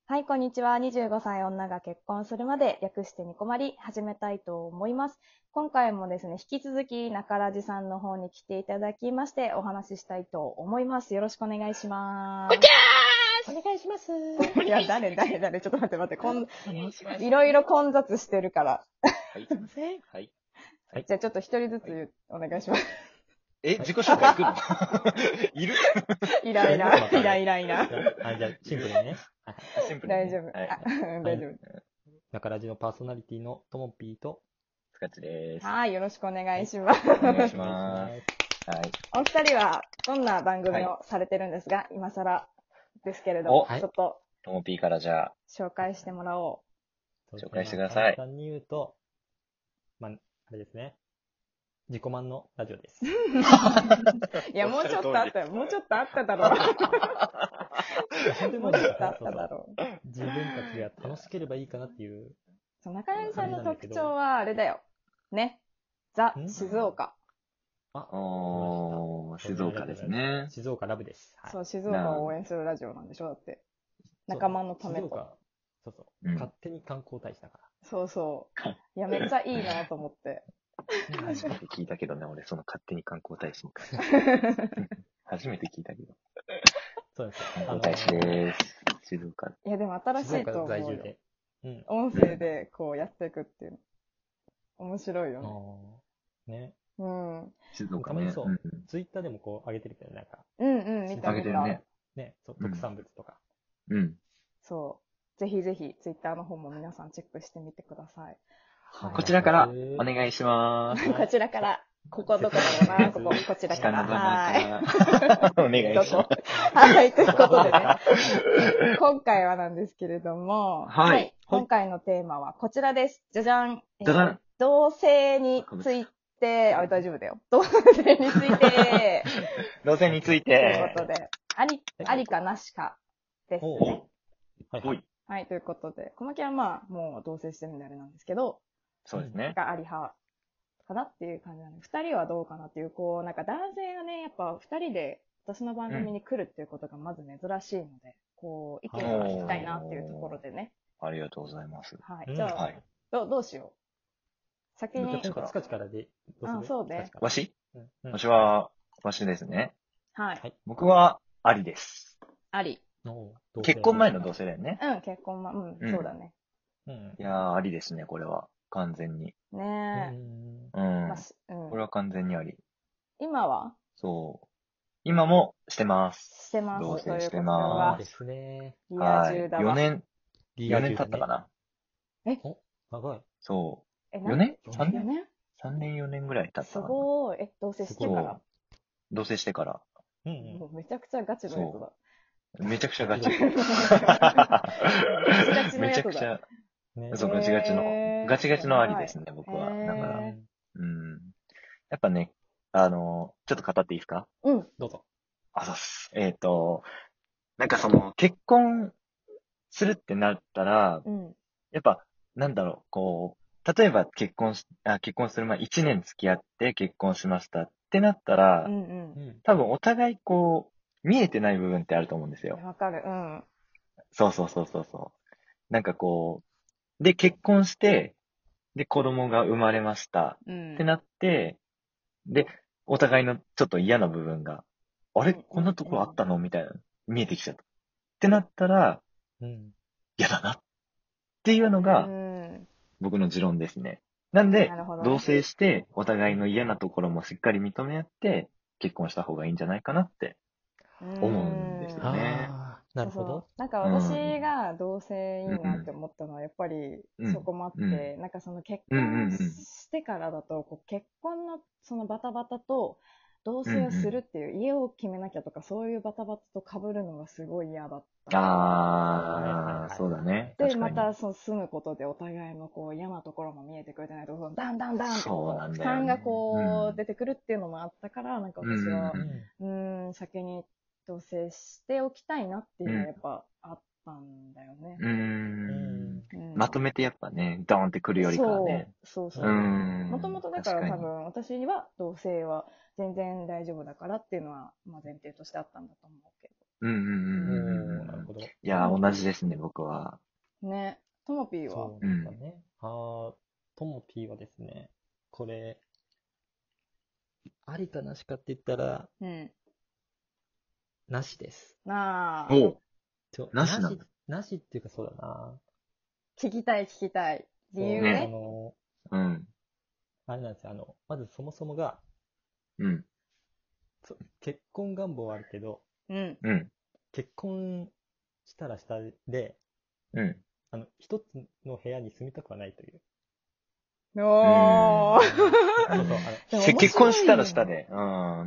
はい、こんにちは。25歳女が結婚するまで略してニコマリ始めたいと思います。今回もですね、引き続き中ラジさんの方に来ていただきましてお話ししたいと思います。よろしくお願いします。 お願いします。 いや、誰、ちょっと待って、 お願いします。 いろいろ混雑してるから。 はい、すいません。はい。 じゃあちょっと一人ずつお願いします。 自己紹介行くのいるイライラ。 あ、じゃあ、シンプルにね。 シンプルに大丈夫。 はい。 大丈夫。 中ラジのパーソナリティのともぴーと、 スカッチです。 はい、よろしくお願いします。 お願いします。はい。 お二人はどんな番組をされてるんですが、今更ですけれども、 はいちょっとともぴーからじゃあ、 紹介してもらお紹介してください簡単に言うと、あれですね。自己満のラジオです。 う。いや、もうちょっとあったよ。もうちょっとあっただろう。もうちょっとあっただろう。 自分たちが楽しければいいかなっていう。 そう、中谷さんの特徴はあれだよ。ね。ザ・静岡。 静岡ですね。 静岡ラブです。はい、 そう、静岡を応援するラジオなんでしょだって。仲間のためと。 静岡、そうそう、勝手に観光大使だから。 そうそう。いや、めっちゃいいなと思って。 初めて聞いたけどね、俺、その勝手に観光大使みたいな。初めて聞いたけど。 そうです。 観光大使です。静岡。 いや、でも新しいと思うよ。 で。 音声でこうやっていくっていうの。面白いよね。 ね。 うん。 静岡たまにそう、ツイッターでもこう上げてるけど、なんか。 見た。 上げてるね。 ね、そう、特産物とか。 そう。ぜひぜひ、ツイッターの方も皆さんチェックしてみてください。 こちらからお願いします。 こちらから。ここどこだろうな、こちらから。 はい。お願いします。 はい、ということでね。今回はなんですけれども、はい。今回のテーマはこちらです。じゃじゃん。同性について、大丈夫だよ。同性について。 同性について。 ということで、ありかなしかですね。はい、ということで、小牧はまあ、もう同棲してるんであれなんですけど、 そうですね。 があり派かなっていう感じなんで、二人はどうかなっていう、こう、なんか男性がね、やっぱ二人で私の番組に来るっていうことがまず珍しいので、こう、意見を聞きたいなっていうところでね。 ありがとうございます。 はい。じゃあ、どうしよう。先に。 スカチからで。 そうね。 わしは、わしですね。 はい。 僕は、ありです。 あり。 結婚前の同性だよね。 結婚前、そうだね。 いやー、ありですね、これは。完全に。 ねこれは完全にあり。 今はそう。今もしてます。 してます。 同棲してます。ですね。 リア充だわ。 4年経ったかな。 長い。 そう。4年 ?3 年 ?3 年4年ぐらい経ったすごい。同棲してから同棲してから。 もうめちゃくちゃガチのやつだ。 めちゃくちゃガチ。めちゃくちゃ、そう、ガチガチの。ガチガチのありですね、僕は。だから。やっぱね、ちょっと語っていいですか？ どうぞ。 そうっす。なんかその、結婚するってなったら、やっぱ、なんだろう、こう、例えば結婚する前1年付き合って結婚しましたってなったら、多分お互いこう、見えてない部分ってあると思うんですよ。 わかる。 そう。なんかこう、で、結婚して、で、子供が生まれました。ってなって、で、お互いのちょっと嫌な部分が、あれこんなところあったのみたいな、見えてきちゃった。ってなったら、嫌だな。っていうのが、僕の持論ですね。なんで、同棲して、お互いの嫌なところもしっかり認め合って、結婚した方がいいんじゃないかなって思うんですよね。 なるほど。 なんか私が同棲いいなって思ったのは、やっぱりそこもあって、なんかその結婚してからだと、結婚のそのバタバタと、同棲をするっていう、家を決めなきゃとか、そういうバタバタと被るのがすごい嫌だった。 そうだね。 で、また住むことでお互いのこう嫌なところも見えてくれてないと、だんだんってこう、負担がこう出てくるっていうのもあったから、なんか私は、先に同棲しておきたいなっていうのはやっぱあったんだよね。 まとめてやっぱね、ドーンってくるよりかはね。 そう。もともとだから多分私には同棲は全然大丈夫だからっていうのは、まあ前提としてあったんだと思うけど。 なるほど。 ど。 いやー、同じですね、僕は。 ね。ともぴーはそうなんだね。ともぴーはですね、これ、ありかなしかって言ったら、 うん。 なしです。 なあ、 おう、なしなんだ。 なしっていうかそうだな。 聞きたい聞きたい。理由そう、 ね。 うん。 あれなんですよ。まずそもそもが、 うん。 結婚願望はあるけど、 うん。 うん。 結婚したらしたで、 うん。 一つの部屋に住みたくはないという。 おー。 そうそう、 でも面結婚した白いよね。 らしたで。うん、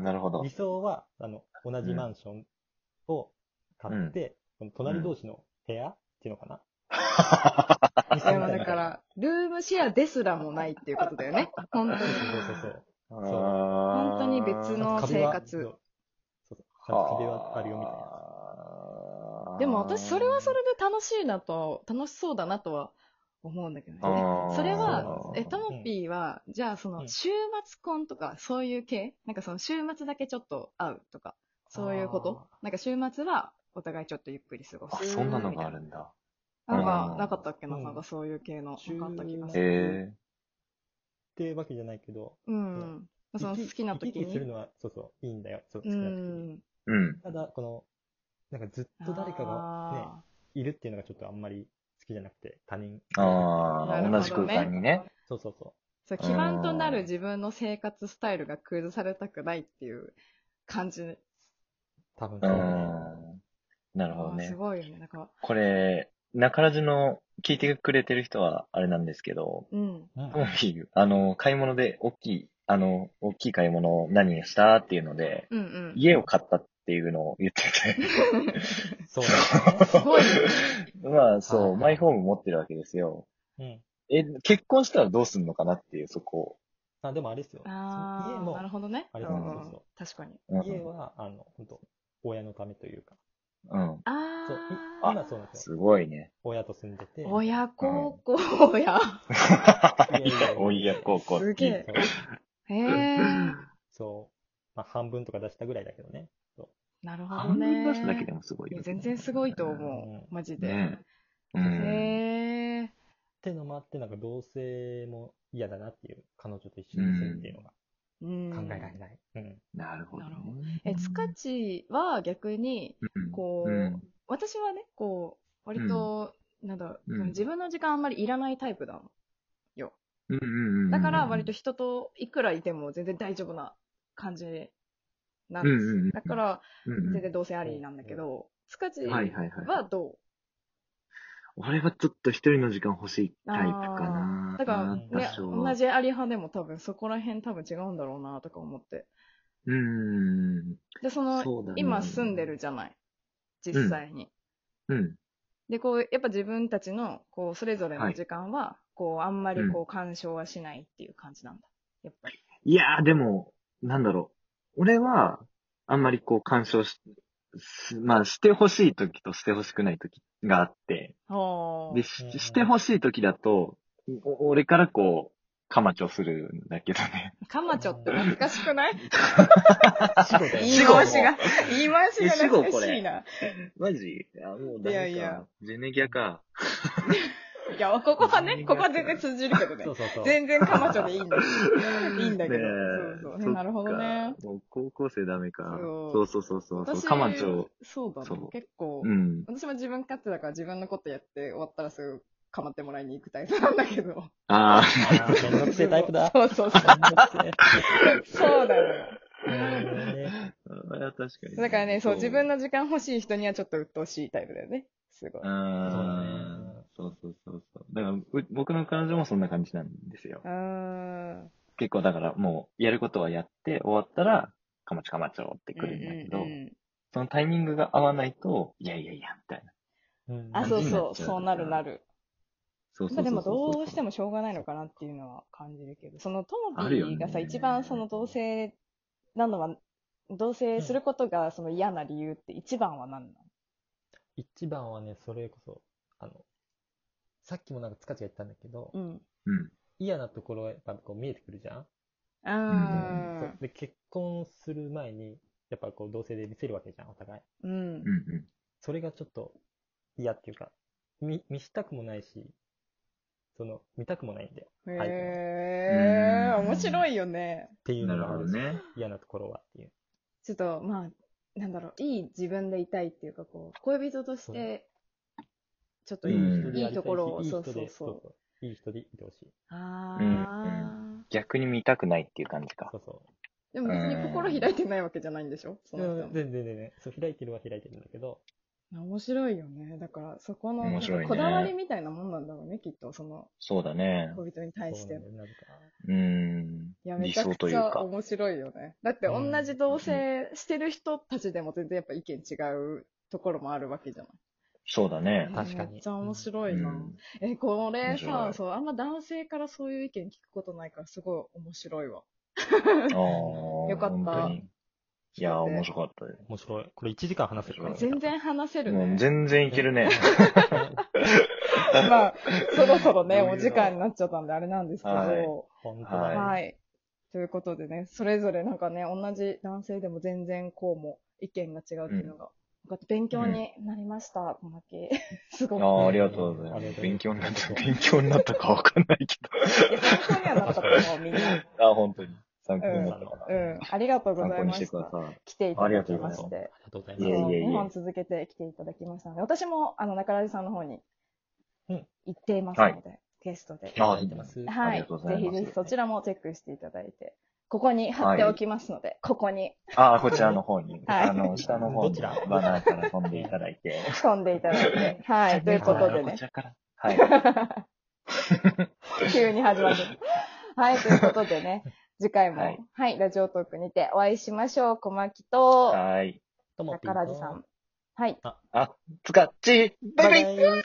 なるほど。 理想は、同じマンションを買うん。 って、この隣同士の部屋っていうのかなにいや、 住みまあたいみたいな。 だから、ルームシェアですらもないっていうことだよね。本当に。 そうそうそう。そ本当にう。 別ちゃんとの壁は、そう生活。 そうそう。ちゃんと壁はあるよみたいな。 でも私、それはそれで楽しいなと、楽しそうだなとは思うんだけどね。それそうは、 なんですよ。 ともぴーは、じゃあその、 うん。 週末婚とか、そういう系なんかその、週末だけちょっと会うとか、そういうことあなんか週末は、お互いちょっとゆっくり過ごす、 そんなのみたいな。 があるんだ。 なんか、なかったっけな、 うんなんかそういう系の、 週なんかあった気がする。 へえ。 っていうわけじゃないけど、 うそのん。その好きな行き時に。 来するのは、そうそう、いいんだよ。そう、好うきな時に。 ん。 うん。 ただ、なんかずっと誰かがね、 あいるっていうのがちょっとあんまり好きじゃなくて、他人がいるっていうのが。 あ、なああ、 る同じ空ほどね。 間にね。 そうそうそそう、 う基盤となるん。 自分の生活スタイルが崩されたくないっていう感じ。 う。多分うそうだね。 ん。なるほどああ、すね。 ごいよね。なんか、 これ、中ラジの聞いてくれてる人はあれなんですけど、 うん。 うん。 トモビー、買い物で大きい買い物を何したっていうので、 うんうん。 家を買ったっていうのを言ってて。 そうなんですね。 すごいね。 まあ、そう、マイはいはい。 ホーム持ってるわけですよ。 うん。 結婚したらどうすんのかなっていう、そこ。 でもあれですよ。その家ああ、なるも、 ほどね。 あれですよ。そううん。 そ確かに。 う。うん。 う。家は、本当親のためというか。 うん。 そう、 あ、 今そうなんですよ。 すごいね。 親と住んでて、みたいな。 親うん。 孝行や。 いやいやいやいや。 おいや、高校好き。 すげえ。 そう。 へえ。 そう。まあ、半分とか出したぐらいだけどね。そなるほど半分出すだけでね。 もすごいいや、 よね。 全然すごいとう。 思う。マジで。 ねえ。うそうそう。っん。 へえ。 てのもあって、なんか同棲も嫌だなっていう、彼女と一緒うに住むっていうのん。 がう考えん。 られない。うん。 なるほどなるほど。 ね。 塚地は逆に、 うん。うこう、 ん。 私はね、こう、割うん。 と、なんだろう、 うん。 その自分の時間あんまりいらないタイプなのよ。 うん。うん。 だかうん。 ら割と人といくらいても全然大丈夫な感じなうん。 んですよ。 うん。 だから、 うん。 全然同性あおうりなんだけおうど、塚地はいはいはい。 はど俺はちょっと一人の時間欲しいうタイプかああー、 な。 だかうんらね、 多少は。 同じあり派でも多分そこら辺多分違うんだろうなとか思って。 うーん。 で、その、 そうだね。 今住んでるじゃない。実うん。 際に。 うん。 で、こう、やっぱ自分たちの、こう、それぞれのはい。 時間は、こう、あんまうん。 りこう、干渉はしないっていう感じなんだ。やっぱり。 いやー、でも、なんだろう。俺は、あんまりこう干渉まあ、してほしい時としてほしくない時があって、で、 おー。 うんうんしてほしい時だと、俺からこう、カマチョするんだけどね。 カマチョって懐かしくない死後だよね。 言い回しが、言い回しが死後懐かこれ。 しいな。 マジもういダメやいや。 か。ジェネギャか。 いや、ここはね、ここは全然通じるけどね。 そうそうそう。 全然カマチョでいいんだけど。いいんだねけど。そうえ、 そう。 そっなるほどね。 か。もう高校生ダメか。 そう。 そうそうそうそうそう。 私、 カマチョ、 そうだね。 そ結構、 う。うん。 私も自分勝手だから自分のことやって終わったらすぐ構ってもらいに行くタイプなんだけど。 あめんどくせえタイプだ。 そうそうそう。 めんどくせえ。 そうなのよ。 あ。確かにね。 だからね、そう、自分の時間欲しい人にはちょっと鬱陶しいタイプだよね。すごい。 そうだそうそうそうそう。だから、僕の彼女もそんな感じなんですよ。 うーん。 結構だからもう、やることはやって終わったら、カマチョカマチョってうんうくるんだけど、 んうん。 そのタイミングが合わないと、いやいやいや、みたいなあ、 感じになっそうそう、そうなちゃうから。 るなる。 そうそうまあでもそうそうそう。 どうしてもしょうがないのかなっていうのは感じるけど、そのトモあるよね。 ピーがさ、一番その同棲なのは、同棲することがその嫌な理由って一番は何なの？ 一番はね、それこそ、さっきもなんか塚地が言ったんだけど、 うん。 うん。 嫌なところはやっぱこう見えてくるじゃん。 あそう。で、結婚する前に、やっぱこう同性で見せるわけじゃん、お互い。 うん。 うんうん。 それがちょっと嫌っていうか、見したくもないし、見たくもないんだよ。 へ面白いよね。 っていうのがあるし、 ね、 嫌なところはっていう。 ちょっと、まあ、なんだろう、いい自分でいたいっていうか、恋人として、ちょっといいところを、そうそうそう。 いい人でいてほしい。 逆に見たくないっていう感じか。 そうそう。 でも別に心開いてないわけじゃないんでしょ、その人も。 全然。そう、開いてるは開いてるんだけど。 面白いよね。だから、そこの、こだわりみたいなもんなんだろうね、きっと。 そうだね。 恋人に対しても。 いや、めちゃくちゃ面白いよね。だって、同じ同棲してる人たちでも全然やっぱ意見違うところもあるわけじゃない。 そうだね。 確かに。 めっちゃ面白いな。これさ、あんま男性からそういう意見聞くことないから、すごい面白いわ。よかった。 いや、面白かったです。 面白い。これ1時間話せるから。 全然話せるね。 全然いけるね。 まあ、そろそろね、お時間になっちゃったんであれなんですけど。はい。ということでね、それぞれなんかね、同じ男性でも全然こうも意見が違うっていうのが、勉強になりました、小牧。すごく。 ありがとうございます。勉強になったかわかんないけど。 参考にはなったと思う、みんな。 本当に。参考になったかな。 ありがとうございました。来ていただきまして。 ありがとうございます。2本続けて来ていただきましたので、私も、中ラジさんの方に行っていますので、ゲストで。 はい。 ぜひぜひそちらもチェックしていただいて。ここに貼っておきますので、ここに。 こちらの方に。下の方にバナーから飛んでいただいて。 はい、ということでね。 こちらから。はい。 急に始まる。はい、ということでね。次回も、はい、ラジオトークにてお会いしましょう。小牧と、 はい。 中ラジさん。はい。 つかっち、バイバイ